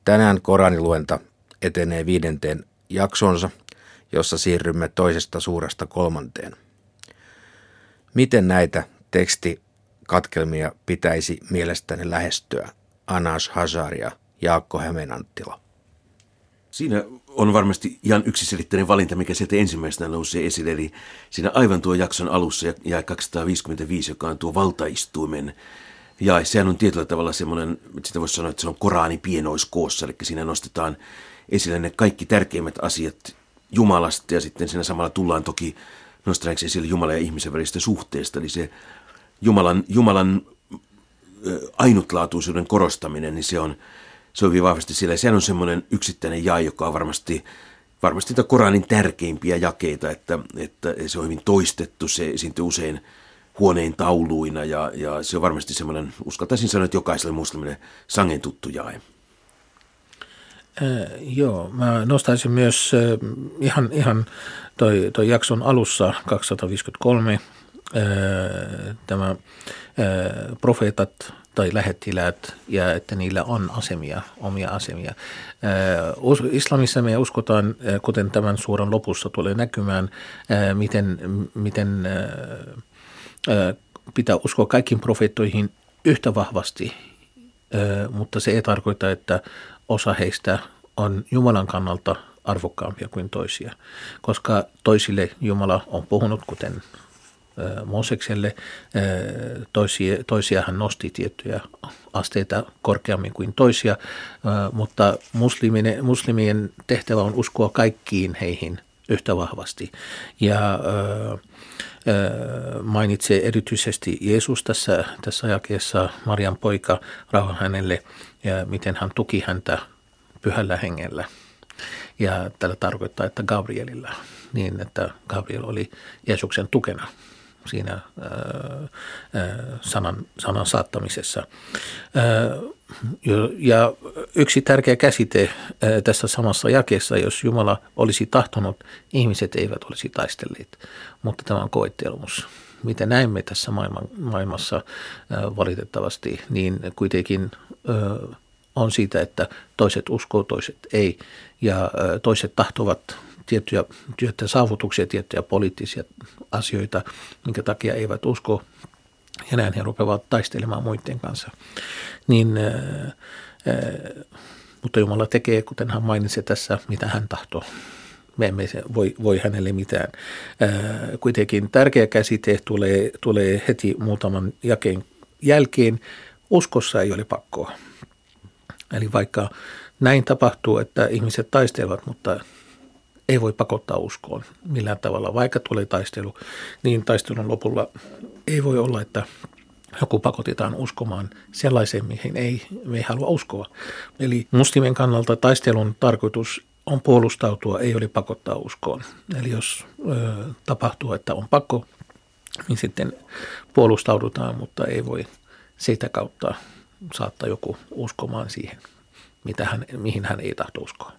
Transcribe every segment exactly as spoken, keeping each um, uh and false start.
Tänään Koraniluenta etenee viidenteen jaksonsa, jossa siirrymme toisesta suuresta kolmanteen. Miten näitä tekstikatkelmia pitäisi mielestäni lähestyä? Anas Hazar ja Jaakko Hämeenanttila. Siinä on varmasti ihan yksiselitteinen valinta, mikä sieltä ensimmäisenä nousee esille. Eli siinä aivan tuo jakson alussa jae kaksisataaviisikymmentäviisi, joka on tuo valtaistuimen jae. Sehän on tietyllä tavalla semmoinen, että sitä voisi sanoa, että se on Korani pienoiskoossa. Eli siinä nostetaan esille ne kaikki tärkeimmät asiat Jumalasta ja sitten siinä samalla tullaan toki nostetaanko esille Jumalan ja ihmisen välistä suhteesta. Eli se Jumalan, Jumalan ainutlaatuisuuden korostaminen, niin se on Se on hyvin vahvasti siellä. Sehän on semmoinen yksittäinen jae, joka on varmasti, varmasti Koranin tärkeimpiä jakeita, että, että se on hyvin toistettu. Se esiintyy usein huoneen tauluina ja, ja se on varmasti semmoinen, uskaltaisin sanoa, että jokaiselle muslimille sangen tuttu jae. Äh, joo, mä nostaisin myös äh, ihan, ihan toi, toi jakson alussa kaksisataaviisikymmentäkolme äh, tämä äh, profeetat tai lähettiläät ja että niillä on asemia, omia asemia. Islamissa me uskotaan, kuten tämän suuran lopussa tulee näkymään, miten, miten pitää uskoa kaikkiin profeettoihin yhtä vahvasti, mutta se ei tarkoita, että osa heistä on Jumalan kannalta arvokkaampia kuin toisia, koska toisille Jumala on puhunut, kuten Moosekselle. Toisia, toisia hän nosti tiettyjä asteita korkeammin kuin toisia, mutta muslimien, muslimien tehtävä on uskoa kaikkiin heihin yhtä vahvasti. Ja mainitsee erityisesti Jeesus tässä, tässä jakeessa, Marian poika, rauha hänelle, ja miten hän tuki häntä pyhällä hengellä. Ja tällä tarkoittaa, että Gabrielilla, niin että Gabriel oli Jeesuksen tukena siinä ää, sanan, sanan saattamisessa. Ää, ja yksi tärkeä käsite ää, tässä samassa jakeessa, jos Jumala olisi tahtonut, ihmiset eivät olisi taistelleet, mutta tämä on koettelemus. Mitä näemme tässä maailman, maailmassa ää, valitettavasti, niin kuitenkin ää, on siitä, että toiset uskoo, toiset ei, ja ää, toiset tahtovat tiettyjä, tiettyjä saavutuksia, tiettyjä poliittisia asioita, minkä takia eivät usko, ja näin he rupeavat taistelemaan muiden kanssa. Niin, ää, mutta Jumala tekee, kuten hän mainitsi tässä, mitä hän tahtoo. Me emme voi, voi hänelle mitään. Ää, kuitenkin tärkeä käsite tulee, tulee heti muutaman jakeen jälkeen. Uskossa ei ole pakkoa. Eli vaikka näin tapahtuu, että ihmiset taistelevat, mutta ei voi pakottaa uskoon millään tavalla. Vaikka tulee taistelu, niin taistelun lopulla ei voi olla, että joku pakotetaan uskomaan sellaiseen, mihin ei, me ei halua uskoa. Eli muslimien kannalta taistelun tarkoitus on puolustautua, ei ole pakottaa uskoon. Eli jos ö, tapahtuu, että on pakko, niin sitten puolustaudutaan, mutta ei voi sitä kautta saattaa joku uskomaan siihen, mitä hän, mihin hän ei tahto uskoa.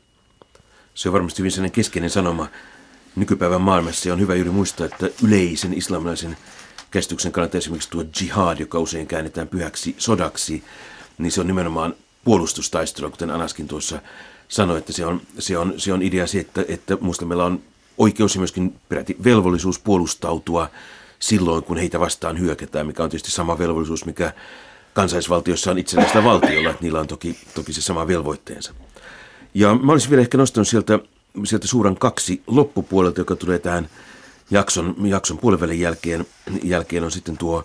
Se on varmasti hyvin sellainen keskeinen sanoma nykypäivän maailmassa. Ja on hyvä juuri muistaa, että yleisen islamilaisen käsityksen kannalta esimerkiksi tuo jihad, joka usein käännetään pyhäksi sodaksi, niin se on nimenomaan puolustustaistelua, kuten Anaskin tuossa sanoi, että se on, se on, se on idea se, että, että muslimilla on oikeus ja myöskin peräti velvollisuus puolustautua silloin, kun heitä vastaan hyökätään, mikä on tietysti sama velvollisuus, mikä kansallisvaltiossa on itsenäisellä valtiolla, että niillä on toki, toki se sama velvoitteensa. Ja mä olisin vielä ehkä nostanut sieltä, sieltä suuran kaksi loppupuolelta, joka tulee tähän jakson, jakson puolivälin jälkeen. Jälkeen on sitten tuo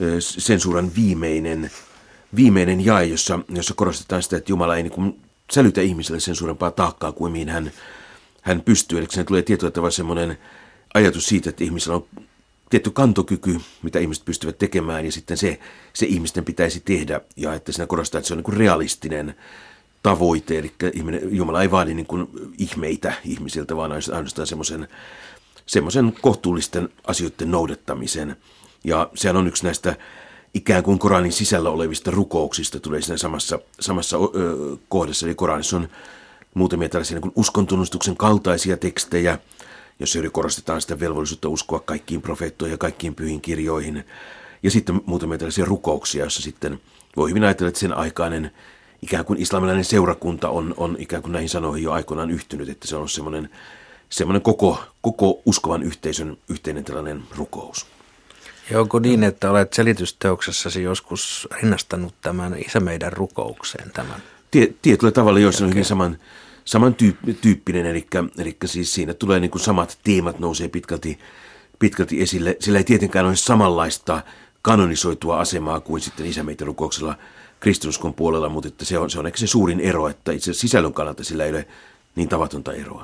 sen suuran viimeinen, viimeinen jae, jossa, jossa korostetaan sitä, että Jumala ei niin kuin sälytä ihmiselle sen suurempaa taakkaa kuin mihin hän, hän pystyy. Eli siinä tulee tietyllä tavalla semmoinen ajatus siitä, että ihmisellä on tietty kantokyky, mitä ihmiset pystyvät tekemään, ja sitten se, se ihmisten pitäisi tehdä, ja että siinä korostaa, että se on niin kuin realistinen tavoite, eli Jumala ei vaadi niin kuin ihmeitä ihmisiltä, vaan ainoastaan semmoisen, semmoisen kohtuullisten asioiden noudattamisen. Ja sehän on yksi näistä ikään kuin Koranin sisällä olevista rukouksista, tulee siinä samassa, samassa ö, kohdassa, eli Koranissa on muutamia tällaisia niin kuin uskontunnustuksen kaltaisia tekstejä, jossa korostetaan sitä velvollisuutta uskoa kaikkiin profeettoihin ja kaikkiin pyhiin kirjoihin. Ja sitten muutamia tällaisia rukouksia, joissa sitten voi hyvin ajatella, että sen aikainen ikään kuin islamilainen seurakunta on, on ikään kuin näihin sanoihin jo aikoinaan yhtynyt, että se on semmoinen, semmoinen koko, koko uskovan yhteisön yhteinen tällainen rukous. Ja onko niin, että olet selitysteoksessasi joskus rinnastanut tämän Isä meidän rukoukseen tämän? Tie, tietyllä tavalla, joissa on hyvin saman, samantyyppinen, eli, eli siis siinä tulee niin kuin samat teemat nousee pitkälti, pitkälti esille. Sillä ei tietenkään ole samanlaista kanonisoitua asemaa kuin sitten Isä meidän rukouksella kristinuskon puolella, mutta että se on, se on ehkä se suurin ero, että itse sisällön kannalta sillä ei ole niin tavatonta eroa.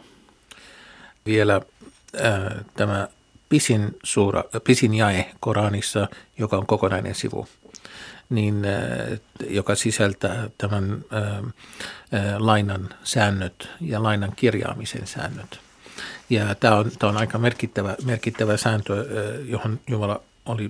Vielä äh, tämä pisin, suura, pisin jae Koranissa, joka on kokonainen sivu, niin, äh, joka sisältää tämän äh, äh, lainan säännöt ja lainan kirjaamisen säännöt. Ja tämä on, tämä on aika merkittävä, merkittävä sääntö, äh, johon Jumala oli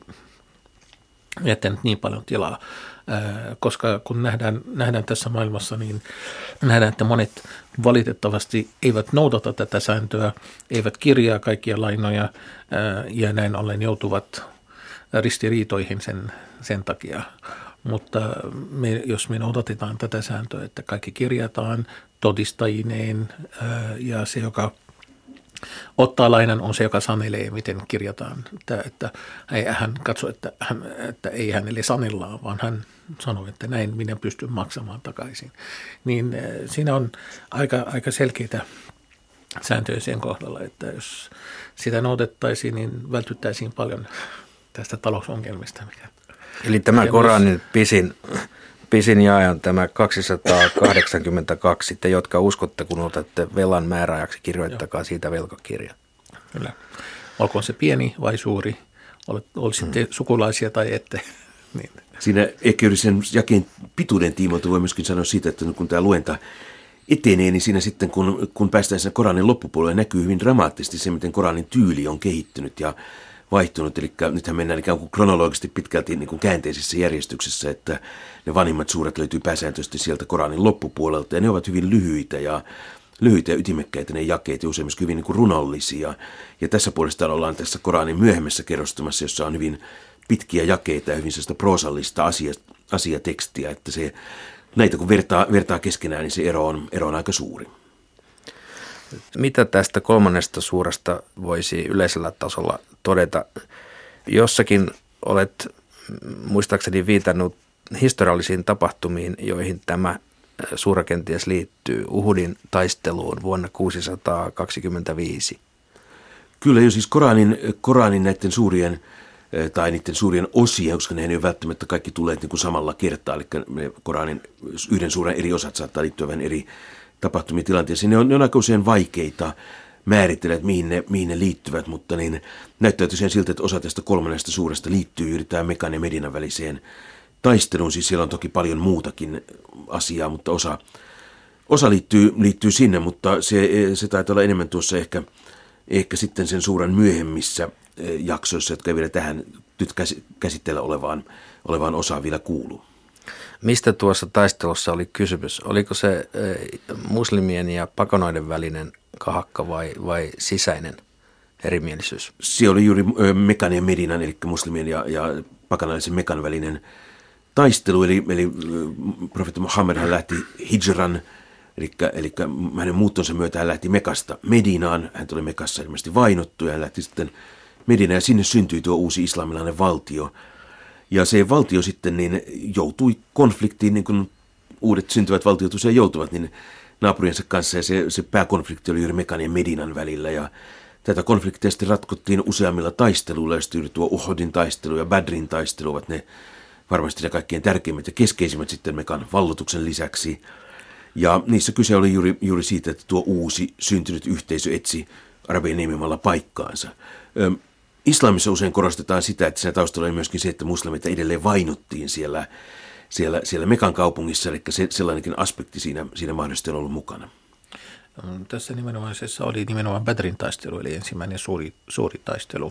jättänyt niin paljon tilaa, koska kun nähdään, nähdään tässä maailmassa, niin nähdään, että monet valitettavasti eivät noudata tätä sääntöä, eivät kirjaa kaikkia lainoja ja näin ollen joutuvat ristiriitoihin sen, sen takia. Mutta me, jos me noudatetaan tätä sääntöä, että kaikki kirjataan todistajineen ja se, joka ottaa lainan, on se, joka sanelee, miten kirjataan. Että, että hän katsoo, että, hän, että ei hänelle sanellaan, vaan hän sanoo, että näin minä pystyn maksamaan takaisin. Niin siinä on aika, aika selkeitä sääntöjä sen kohdalla, että jos sitä noudattaisiin, niin vältyttäisiin paljon tästä talousongelmista. Mikä Eli tämä Koranin pisin, pisin jae on tämä kaksisataakahdeksankymmentäkaksi, te jotka uskotte, kun otatte velan määräajaksi, kirjoittakaa Joo. siitä velkakirja. Kyllä. Olkoon se pieni vai suuri, olisitte hmm. sukulaisia tai ette. Niin. Siinä ehkä juuri sen jakeen pituuden tiimoilta voi myöskin sanoa siitä, että kun tämä luenta etenee, niin siinä sitten kun, kun päästään sen Koranin loppupuolelle, näkyy hyvin dramaattisesti se, miten Koranin tyyli on kehittynyt ja vaihtunut. Eli nythän mennään ikään kuin kronologisesti pitkälti niin kuin käänteisessä järjestyksessä, että ne vanhimmat suuret löytyy pääsääntöisesti sieltä Koranin loppupuolelta ja ne ovat hyvin lyhyitä ja lyhyitä ja ytimekkäitä ne jakeet ja usein myös hyvin niin kuin runollisia. Ja tässä puolestaan ollaan tässä Koranin myöhemmässä kerrostumassa, jossa on hyvin pitkiä jakeita ja hyvin sellaista proosallista asia, asiatekstiä, että se, näitä kun vertaa, vertaa keskenään, niin se ero on, ero on aika suuri. Mitä tästä kolmannesta suuresta voisi yleisellä tasolla todeta? Jossakin olet muistaakseni viitannut historiallisiin tapahtumiin, joihin tämä suura kenties liittyy Uhudin taisteluun vuonna kuusisataakaksikymmentäviisi. Kyllä jo siis Koranin, Koranin näiden suurien tai niiden suurien osien, koska ne ei ole välttämättä kaikki tulleet niin kuin samalla kertaa, eli Koranin yhden suuren eri osat saattaa liittyä vähän eri tapahtumia tilanteisiin. Ne on, ne on aika usein vaikeita määritellä, että mihin ne, mihin ne liittyvät, mutta niin näyttää tosiaan siltä, että osa tästä kolmannesta suuresta liittyy juuri tähän Mekan ja Medinan väliseen taisteluun. Siis siellä on toki paljon muutakin asiaa, mutta osa, osa liittyy, liittyy sinne, mutta se, se taitaa olla enemmän tuossa ehkä, ehkä sitten sen suuren myöhemmissä jaksoissa, jotka ei vielä tähän nyt käsitteellä olevaan, olevaan osaan vielä kuulu. Mistä tuossa taistelussa oli kysymys? Oliko se muslimien ja pakanoiden välinen kahakka vai, vai sisäinen erimielisyys? Se oli juuri Mekan ja Medinan, eli muslimien ja, ja pakanaisen Mekan välinen taistelu. Eli, eli profeetta Muhammed hän lähti hijran, eli, eli hänen muuttonsa myötä hän lähti Mekasta Medinaan. Hän tuli Mekassa ilmeisesti vainottu ja hän lähti sitten Medinaan ja sinne syntyi tuo uusi islamilainen valtio. Ja se valtio sitten niin joutui konfliktiin, niin kuin uudet syntyvät valtiot usein joutuvat, niin naapuriensa kanssa. Ja se, se pääkonflikti oli juuri Mekan ja Medinan välillä. Ja tätä konfliktia sitten ratkottiin useammilla taisteluilla, joista juuri tuo Uhudin taistelu ja Badrin taistelu ovat ne varmasti ne kaikkein tärkeimmät ja keskeisimmät sitten Mekan valloituksen lisäksi. Ja niissä kyse oli juuri, juuri siitä, että tuo uusi syntynyt yhteisö etsi arabien niemimalla paikkaansa. Ö, Islamissa usein korostetaan sitä, että siinä taustalla oli myöskin se, että muslimit edelleen vainottiin siellä, siellä, siellä Mekan kaupungissa, eli se, sellainenkin aspekti siinä, siinä mahdollisesti on ollut mukana. Tässä nimenomaisessa oli nimenomaan Badrin taistelu, eli ensimmäinen suuri, suuri taistelu,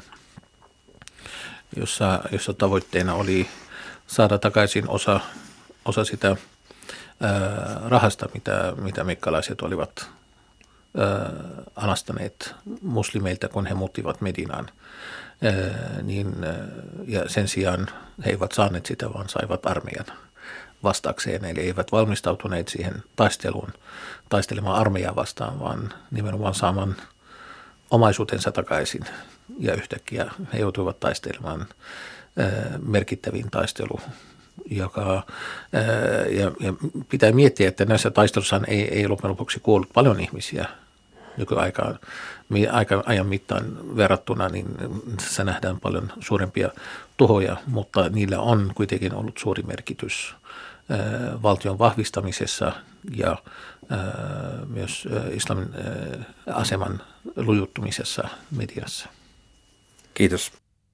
jossa, jossa tavoitteena oli saada takaisin osa, osa sitä ää, rahasta, mitä, mitä mekkalaiset olivat ää, anastaneet muslimeilta, kun he muuttivat Medinaan. Ää, niin, ja sen sijaan he eivät saaneet sitä, vaan saivat armeijan. vastaakseen, eli eivät valmistautuneet siihen taisteluun, taistelemaan armeijaa vastaan, vaan nimenomaan saamaan omaisuutensa takaisin. Ja yhtäkkiä he joutuivat taistelemaan merkittäviin taisteluun, joka, ja, ja pitää miettiä, että näissä taistelussa ei, ei loppujen lopuksi kuollut paljon ihmisiä nykyaikaan aika, ajan mittaan verrattuna, niin se nähdään paljon suurempia tuhoja, mutta niillä on kuitenkin ollut suuri merkitys ää, valtion vahvistamisessa ja ää, myös ää, islamin ää, aseman lujuttumisessa mediassa. Kiitos.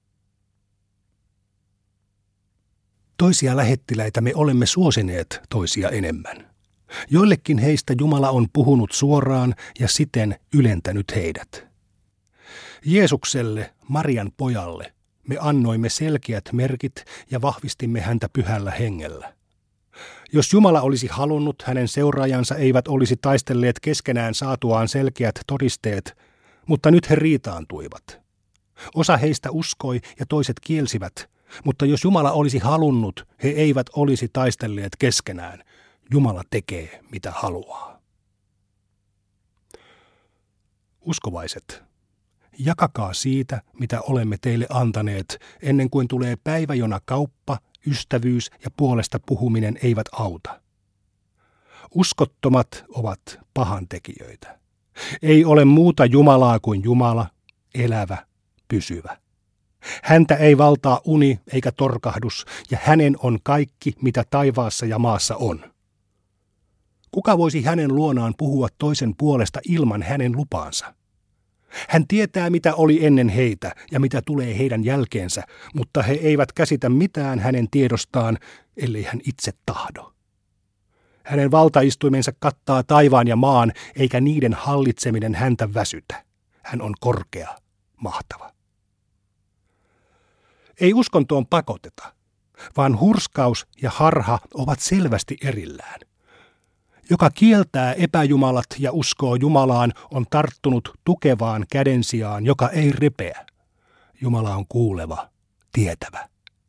Toisia lähettiläitä me olemme suosineet toisia enemmän. Joillekin heistä Jumala on puhunut suoraan ja siten ylentänyt heidät. Jeesukselle, Marian pojalle, me annoimme selkeät merkit ja vahvistimme häntä pyhällä hengellä. Jos Jumala olisi halunnut, hänen seuraajansa eivät olisi taistelleet keskenään saatuaan selkeät todisteet, mutta nyt he riitaantuivat. Osa heistä uskoi ja toiset kielsivät, mutta jos Jumala olisi halunnut, he eivät olisi taistelleet keskenään. Jumala tekee, mitä haluaa. Uskovaiset, jakakaa siitä, mitä olemme teille antaneet, ennen kuin tulee päivä, jona kauppa, ystävyys ja puolesta puhuminen eivät auta. Uskottomat ovat pahantekijöitä. Ei ole muuta Jumalaa kuin Jumala, elävä, pysyvä. Häntä ei valtaa uni eikä torkahdus, ja hänen on kaikki, mitä taivaassa ja maassa on. Kuka voisi hänen luonaan puhua toisen puolesta ilman hänen lupaansa? Hän tietää, mitä oli ennen heitä ja mitä tulee heidän jälkeensä, mutta he eivät käsitä mitään hänen tiedostaan, ellei hän itse tahdo. Hänen valtaistuimensa kattaa taivaan ja maan, eikä niiden hallitseminen häntä väsytä. Hän on korkea, mahtava. Ei uskontoon pakoteta, vaan hurskaus ja harha ovat selvästi erillään. Joka kieltää epäjumalat ja uskoo Jumalaan, on tarttunut tukevaan käden sijaan, joka ei repeä. Jumala on kuuleva, tietävä.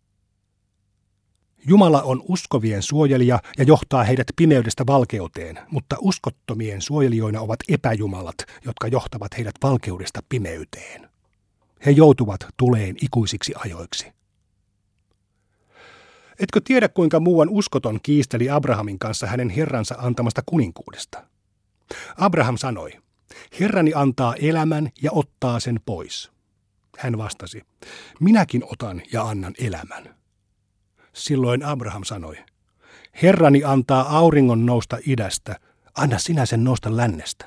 Jumala on uskovien suojelija ja johtaa heidät pimeydestä valkeuteen, mutta uskottomien suojelijoina ovat epäjumalat, jotka johtavat heidät valkeudesta pimeyteen. He joutuvat tuleen ikuisiksi ajoiksi. Etkö tiedä, kuinka muuan uskoton kiisteli Abrahamin kanssa hänen herransa antamasta kuninkuudesta? Abraham sanoi, Herrani antaa elämän ja ottaa sen pois. Hän vastasi, minäkin otan ja annan elämän. Silloin Abraham sanoi, Herrani antaa auringon nousta idästä, anna sinä sen nousta lännestä.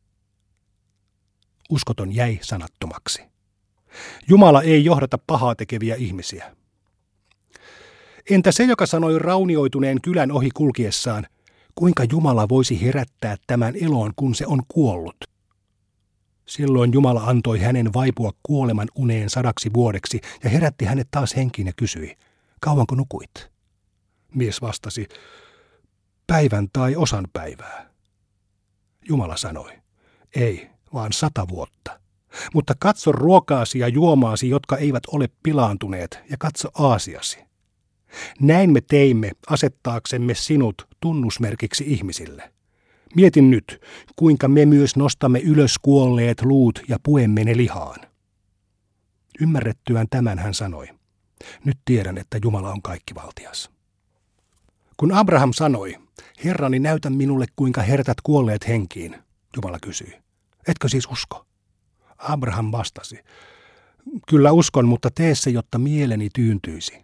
Uskoton jäi sanattomaksi. Jumala ei johdata pahaa tekeviä ihmisiä. Entä se, joka sanoi raunioituneen kylän ohi kulkiessaan, kuinka Jumala voisi herättää tämän eloon, kun se on kuollut? Silloin Jumala antoi hänen vaipua kuoleman uneen sadaksi vuodeksi ja herätti hänet taas henkiin ja kysyi, kauanko nukuit? Mies vastasi, päivän tai osan päivää. Jumala sanoi, ei, vaan sata vuotta. Mutta katso ruokaasi ja juomaasi, jotka eivät ole pilaantuneet, ja katso aasiasi. Näin me teimme asettaaksemme sinut tunnusmerkiksi ihmisille. Mietin nyt, kuinka me myös nostamme ylös kuolleet luut ja puemme ne lihaan. Ymmärrettyään tämän hän sanoi, nyt tiedän, että Jumala on kaikkivaltias. Kun Abraham sanoi, Herrani näytä minulle, kuinka herätät kuolleet henkiin, Jumala kysyi, etkö siis usko? Abraham vastasi, kyllä uskon, mutta tee se, jotta mieleni tyyntyisi.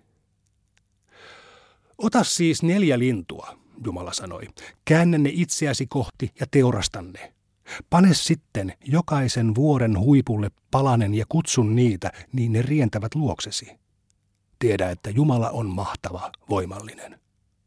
Ota siis neljä lintua, Jumala sanoi, käännä ne itseäsi kohti ja teurasta ne. Pane sitten jokaisen vuoren huipulle palanen ja kutsun niitä, niin ne rientävät luoksesi. Tiedä, että Jumala on mahtava, voimallinen.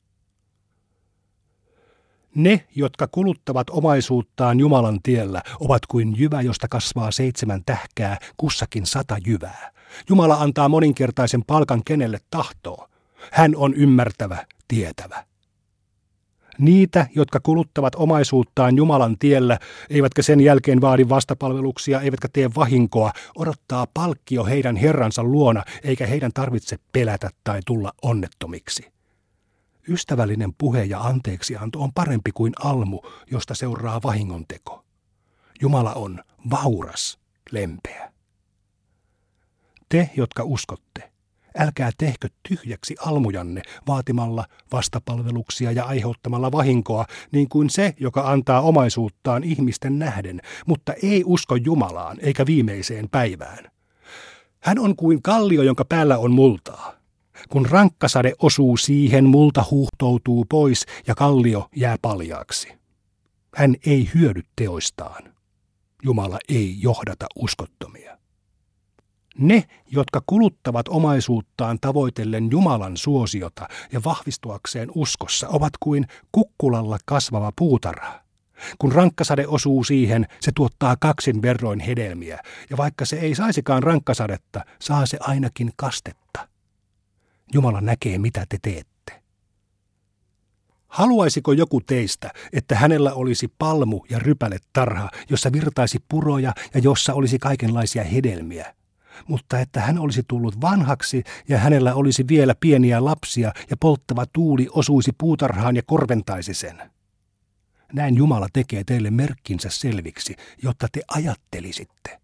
Ne, jotka kuluttavat omaisuuttaan Jumalan tiellä, ovat kuin jyvä, josta kasvaa seitsemän tähkää, kussakin sata jyvää. Jumala antaa moninkertaisen palkan kenelle tahtoo. Hän on ymmärtävä, tietävä. Niitä, jotka kuluttavat omaisuuttaan Jumalan tiellä, eivätkä sen jälkeen vaadi vastapalveluksia, eivätkä tee vahinkoa, odottaa palkkio heidän herransa luona, eikä heidän tarvitse pelätä tai tulla onnettomiksi. Ystävällinen puhe ja anteeksianto on parempi kuin almu, josta seuraa vahingonteko. Jumala on vauras, lempeä. Te, jotka uskotte, älkää tehkö tyhjäksi almujanne vaatimalla vastapalveluksia ja aiheuttamalla vahinkoa, niin kuin se, joka antaa omaisuuttaan ihmisten nähden, mutta ei usko Jumalaan eikä viimeiseen päivään. Hän on kuin kallio, jonka päällä on multaa. Kun rankkasade osuu siihen, multa huuhtoutuu pois ja kallio jää paljaaksi. Hän ei hyödy teoistaan. Jumala ei johdata uskottomia. Ne, jotka kuluttavat omaisuuttaan tavoitellen Jumalan suosiota ja vahvistuakseen uskossa, ovat kuin kukkulalla kasvava puutarha. Kun rankkasade osuu siihen, se tuottaa kaksin verroin hedelmiä, ja vaikka se ei saisikaan rankkasadetta, saa se ainakin kastetta. Jumala näkee, mitä te teette. Haluaisiko joku teistä, että hänellä olisi palmu- ja rypäletarha, jossa virtaisi puroja ja jossa olisi kaikenlaisia hedelmiä, mutta että hän olisi tullut vanhaksi ja hänellä olisi vielä pieniä lapsia ja polttava tuuli osuisi puutarhaan ja korventaisi sen? Näin Jumala tekee teille merkkinsä selviksi, jotta te ajattelisitte.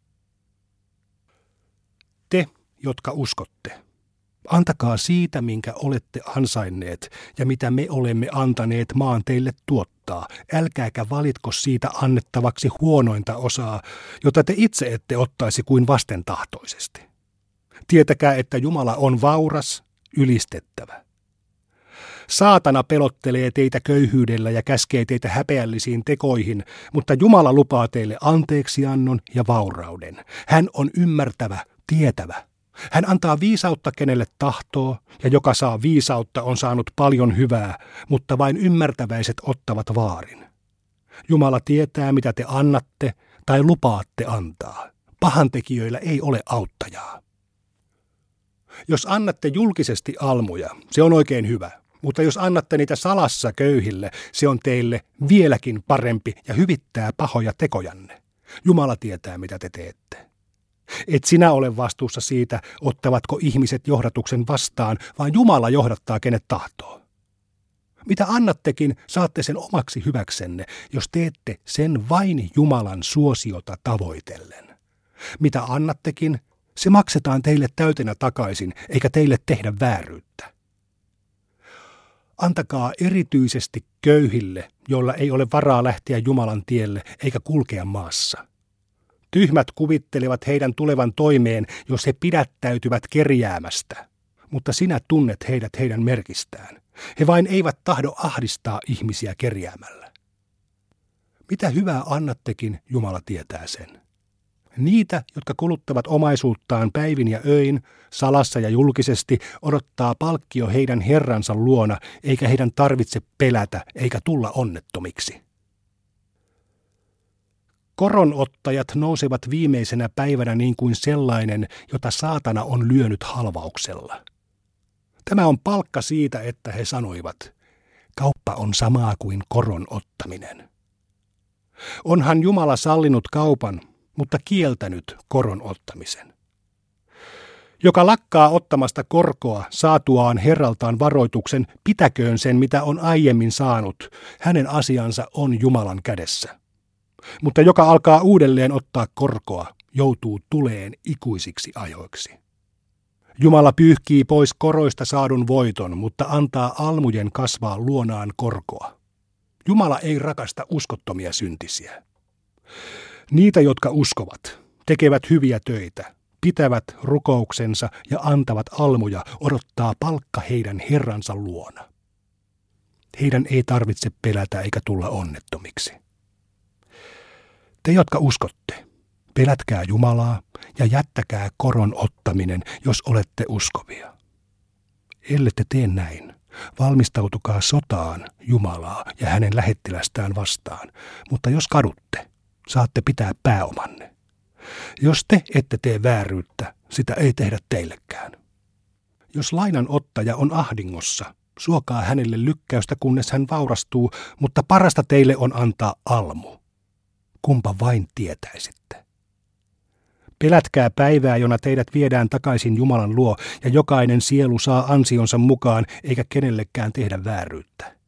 Te, jotka uskotte, antakaa siitä, minkä olette ansainneet ja mitä me olemme antaneet maan teille tuottaa. Älkääkä valitko siitä annettavaksi huonointa osaa, jota te itse ette ottaisi kuin vastentahtoisesti. Tietäkää, että Jumala on vauras, ylistettävä. Saatana pelottelee teitä köyhyydellä ja käskee teitä häpeällisiin tekoihin, mutta Jumala lupaa teille anteeksiannon ja vaurauden. Hän on ymmärtävä, tietävä. Hän antaa viisautta kenelle tahtoo, ja joka saa viisautta on saanut paljon hyvää, mutta vain ymmärtäväiset ottavat vaarin. Jumala tietää, mitä te annatte tai lupaatte antaa. Pahantekijöillä ei ole auttajaa. Jos annatte julkisesti almuja, se on oikein hyvä, mutta jos annatte niitä salassa köyhille, se on teille vieläkin parempi ja hyvittää pahoja tekojanne. Jumala tietää, mitä te teette. Et sinä ole vastuussa siitä, ottavatko ihmiset johdatuksen vastaan, vaan Jumala johdattaa kenet tahtoo. Mitä annattekin, saatte sen omaksi hyväksenne, jos teette sen vain Jumalan suosiota tavoitellen. Mitä annattekin, se maksetaan teille täytenä takaisin, eikä teille tehdä vääryyttä. Antakaa erityisesti köyhille, joilla ei ole varaa lähteä Jumalan tielle eikä kulkea maassa. Tyhmät kuvittelevat heidän tulevan toimeen, jos he pidättäytyvät kerjäämästä, mutta sinä tunnet heidät heidän merkistään. He vain eivät tahdo ahdistaa ihmisiä kerjäämällä. Mitä hyvää annattekin, Jumala tietää sen. Niitä, jotka kuluttavat omaisuuttaan päivin ja öin, salassa ja julkisesti, odottaa palkkio heidän herransa luona, eikä heidän tarvitse pelätä eikä tulla onnettomiksi. Koronottajat nousevat viimeisenä päivänä niin kuin sellainen, jota saatana on lyönyt halvauksella. Tämä on palkka siitä, että he sanoivat, kauppa on samaa kuin koron ottaminen. Onhan Jumala sallinut kaupan, mutta kieltänyt koron ottamisen. Joka lakkaa ottamasta korkoa saatuaan herraltaan varoituksen, pitäköön sen, mitä on aiemmin saanut, hänen asiansa on Jumalan kädessä. Mutta joka alkaa uudelleen ottaa korkoa, joutuu tuleen ikuisiksi ajoiksi. Jumala pyyhkii pois koroista saadun voiton, mutta antaa almujen kasvaa luonaan korkoa. Jumala ei rakasta uskottomia syntisiä. Niitä, jotka uskovat, tekevät hyviä töitä, pitävät rukouksensa ja antavat almuja, odottaa palkka heidän herransa luona. Heidän ei tarvitse pelätä eikä tulla onnettomiksi. Te, jotka uskotte, pelätkää Jumalaa ja jättäkää koron ottaminen, jos olette uskovia. Ellette tee näin, valmistautukaa sotaan Jumalaa ja hänen lähettilästään vastaan, mutta jos kadutte, saatte pitää pääomanne. Jos te ette tee vääryyttä, sitä ei tehdä teillekään. Jos lainanottaja on ahdingossa, suokaa hänelle lykkäystä, kunnes hän vaurastuu, mutta parasta teille on antaa almu. Kumpa vain tietäisitte. Pelätkää päivää, jona teidät viedään takaisin Jumalan luo, ja jokainen sielu saa ansionsa mukaan, eikä kenellekään tehdä vääryyttä.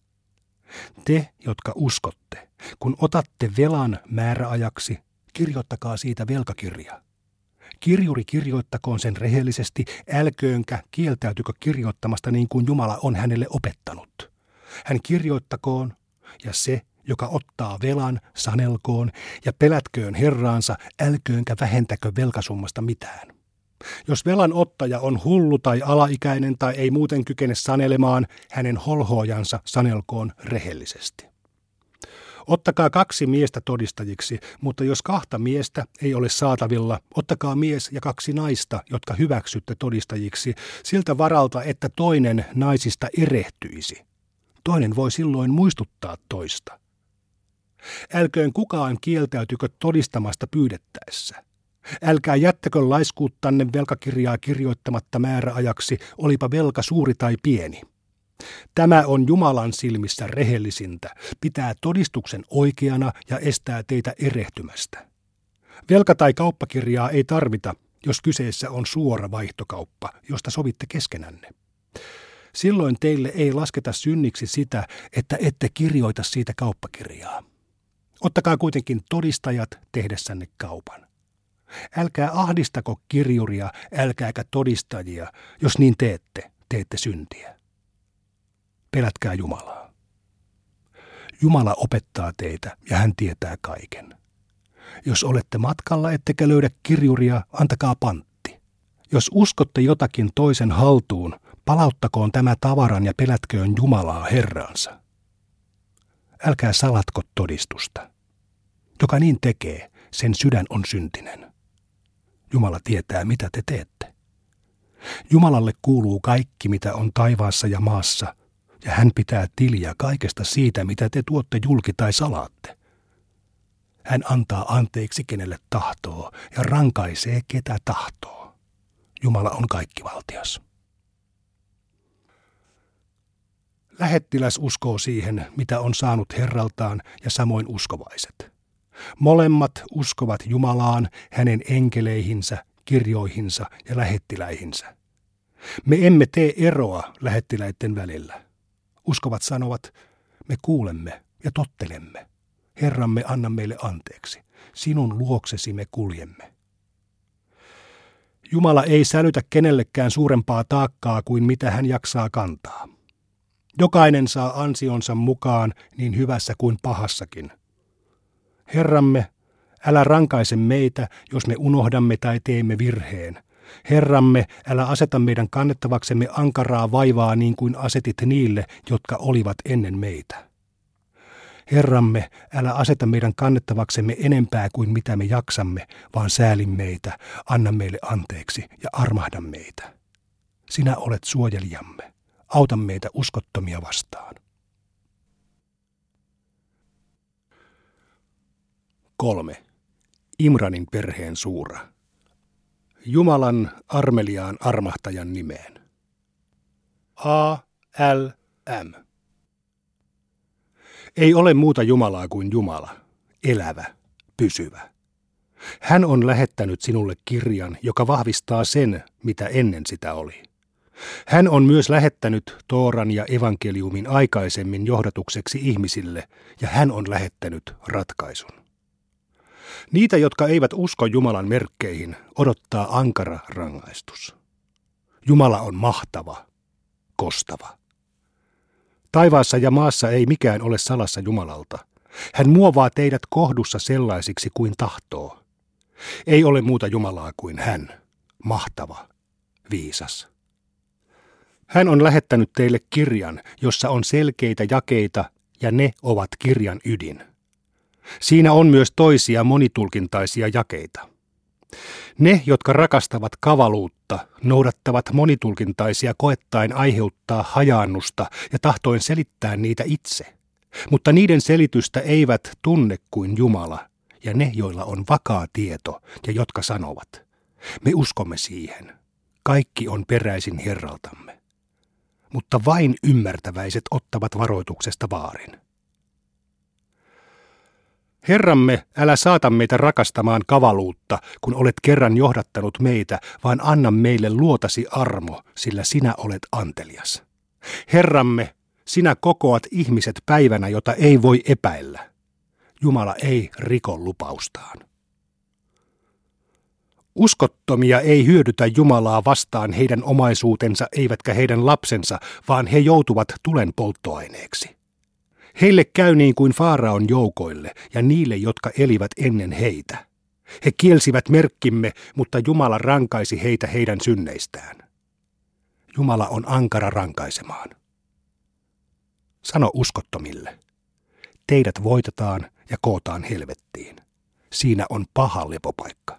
Te, jotka uskotte, kun otatte velan määräajaksi, kirjoittakaa siitä velkakirja. Kirjuri kirjoittakoon sen rehellisesti, älköönkä kieltäytykö kirjoittamasta niin kuin Jumala on hänelle opettanut. Hän kirjoittakoon, ja se, joka ottaa velan, sanelkoon, ja pelätköön Herraansa, älköönkä vähentäkö velkasummasta mitään. Jos velan ottaja on hullu tai alaikäinen tai ei muuten kykene sanelemaan, hänen holhoojansa sanelkoon rehellisesti. Ottakaa kaksi miestä todistajiksi, mutta jos kahta miestä ei ole saatavilla, ottakaa mies ja kaksi naista, jotka hyväksytte todistajiksi, siltä varalta, että toinen naisista erehtyisi. Toinen voi silloin muistuttaa toista. Älköön kukaan kieltäytykö todistamasta pyydettäessä. Älkää jättäkö laiskuuttanne velkakirjaa kirjoittamatta määräajaksi, olipa velka suuri tai pieni. Tämä on Jumalan silmissä rehellisintä, pitää todistuksen oikeana ja estää teitä erehtymästä. Velka- tai kauppakirjaa ei tarvita, jos kyseessä on suora vaihtokauppa, josta sovitte keskenänne. Silloin teille ei lasketa synniksi sitä, että ette kirjoita siitä kauppakirjaa. Ottakaa kuitenkin todistajat tehdessänne kaupan. Älkää ahdistako kirjuria, älkääkä todistajia, jos niin teette, teette syntiä. Pelätkää Jumalaa. Jumala opettaa teitä ja hän tietää kaiken. Jos olette matkalla ettekä löydä kirjuria, antakaa pantti. Jos uskotte jotakin toisen haltuun, palauttakoon tämä tavaran ja pelätköön Jumalaa Herraansa. Älkää salatko todistusta. Joka niin tekee, sen sydän on syntinen. Jumala tietää, mitä te teette. Jumalalle kuuluu kaikki, mitä on taivaassa ja maassa, ja hän pitää tiliä kaikesta siitä, mitä te tuotte julki tai salaatte. Hän antaa anteeksi, kenelle tahtoo, ja rankaisee, ketä tahtoo. Jumala on kaikkivaltias. Lähettiläs uskoo siihen, mitä on saanut Herraltaan, ja samoin uskovaiset. Molemmat uskovat Jumalaan, hänen enkeleihinsä, kirjoihinsa ja lähettiläihinsä. Me emme tee eroa lähettiläiden välillä. Uskovat sanovat, me kuulemme ja tottelemme. Herramme, anna meille anteeksi. Sinun luoksesi me kuljemme. Jumala ei sälytä kenellekään suurempaa taakkaa kuin mitä hän jaksaa kantaa. Jokainen saa ansionsa mukaan niin hyvässä kuin pahassakin. Herramme, älä rankaise meitä, jos me unohdamme tai teemme virheen. Herramme, älä aseta meidän kannettavaksemme ankaraa vaivaa niin kuin asetit niille, jotka olivat ennen meitä. Herramme, älä aseta meidän kannettavaksemme enempää kuin mitä me jaksamme, vaan sääli meitä, anna meille anteeksi ja armahda meitä. Sinä olet suojelijamme, auta meitä uskottomia vastaan. Kolme. Imranin perheen suura. Jumalan armeliaan armahtajan nimeen. A L M. Ei ole muuta Jumalaa kuin Jumala, elävä, pysyvä. Hän on lähettänyt sinulle kirjan, joka vahvistaa sen, mitä ennen sitä oli. Hän on myös lähettänyt Tooran ja evankeliumin aikaisemmin johdatukseksi ihmisille, ja hän on lähettänyt ratkaisun. Niitä, jotka eivät usko Jumalan merkkeihin, odottaa ankara rangaistus. Jumala on mahtava, kostava. Taivaassa ja maassa ei mikään ole salassa Jumalalta. Hän muovaa teidät kohdussa sellaisiksi kuin tahtoo. Ei ole muuta Jumalaa kuin hän, mahtava, viisas. Hän on lähettänyt teille kirjan, jossa on selkeitä jakeita, ja ne ovat kirjan ydin. Siinä on myös toisia monitulkintaisia jakeita. Ne, jotka rakastavat kavaluutta, noudattavat monitulkintaisia koettaen aiheuttaa hajaannusta ja tahtoen selittää niitä itse. Mutta niiden selitystä eivät tunne kuin Jumala ja ne, joilla on vakaa tieto ja jotka sanovat, me uskomme siihen. Kaikki on peräisin Herraltamme. Mutta vain ymmärtäväiset ottavat varoituksesta vaarin. Herramme, älä saata meitä rakastamaan kavaluutta, kun olet kerran johdattanut meitä, vaan anna meille luotasi armo, sillä sinä olet antelias. Herramme, sinä kokoat ihmiset päivänä, jota ei voi epäillä. Jumala ei riko lupaustaan. Uskottomia ei hyödytä Jumalaa vastaan heidän omaisuutensa eivätkä heidän lapsensa, vaan he joutuvat tulen polttoaineeksi. Heille käy niin kuin Faaraon joukoille ja niille, jotka elivät ennen heitä. He kielsivät merkkimme, mutta Jumala rankaisi heitä heidän synneistään. Jumala on ankara rankaisemaan. Sano uskottomille, teidät voitetaan ja kootaan helvettiin. Siinä on paha lepopaikka.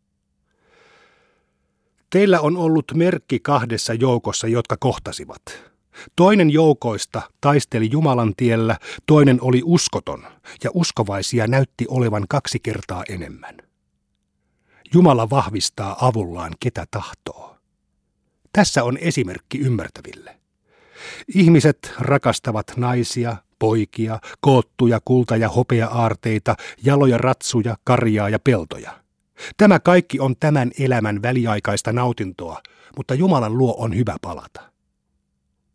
Teillä on ollut merkki kahdessa joukossa, jotka kohtasivat. Toinen joukoista taisteli Jumalan tiellä, toinen oli uskoton, ja uskovaisia näytti olevan kaksi kertaa enemmän. Jumala vahvistaa avullaan ketä tahtoo. Tässä on esimerkki ymmärtäville. Ihmiset rakastavat naisia, poikia, koottuja kulta- ja hopea-aarteita, jaloja ratsuja, karjaa ja peltoja. Tämä kaikki on tämän elämän väliaikaista nautintoa, mutta Jumalan luo on hyvä palata.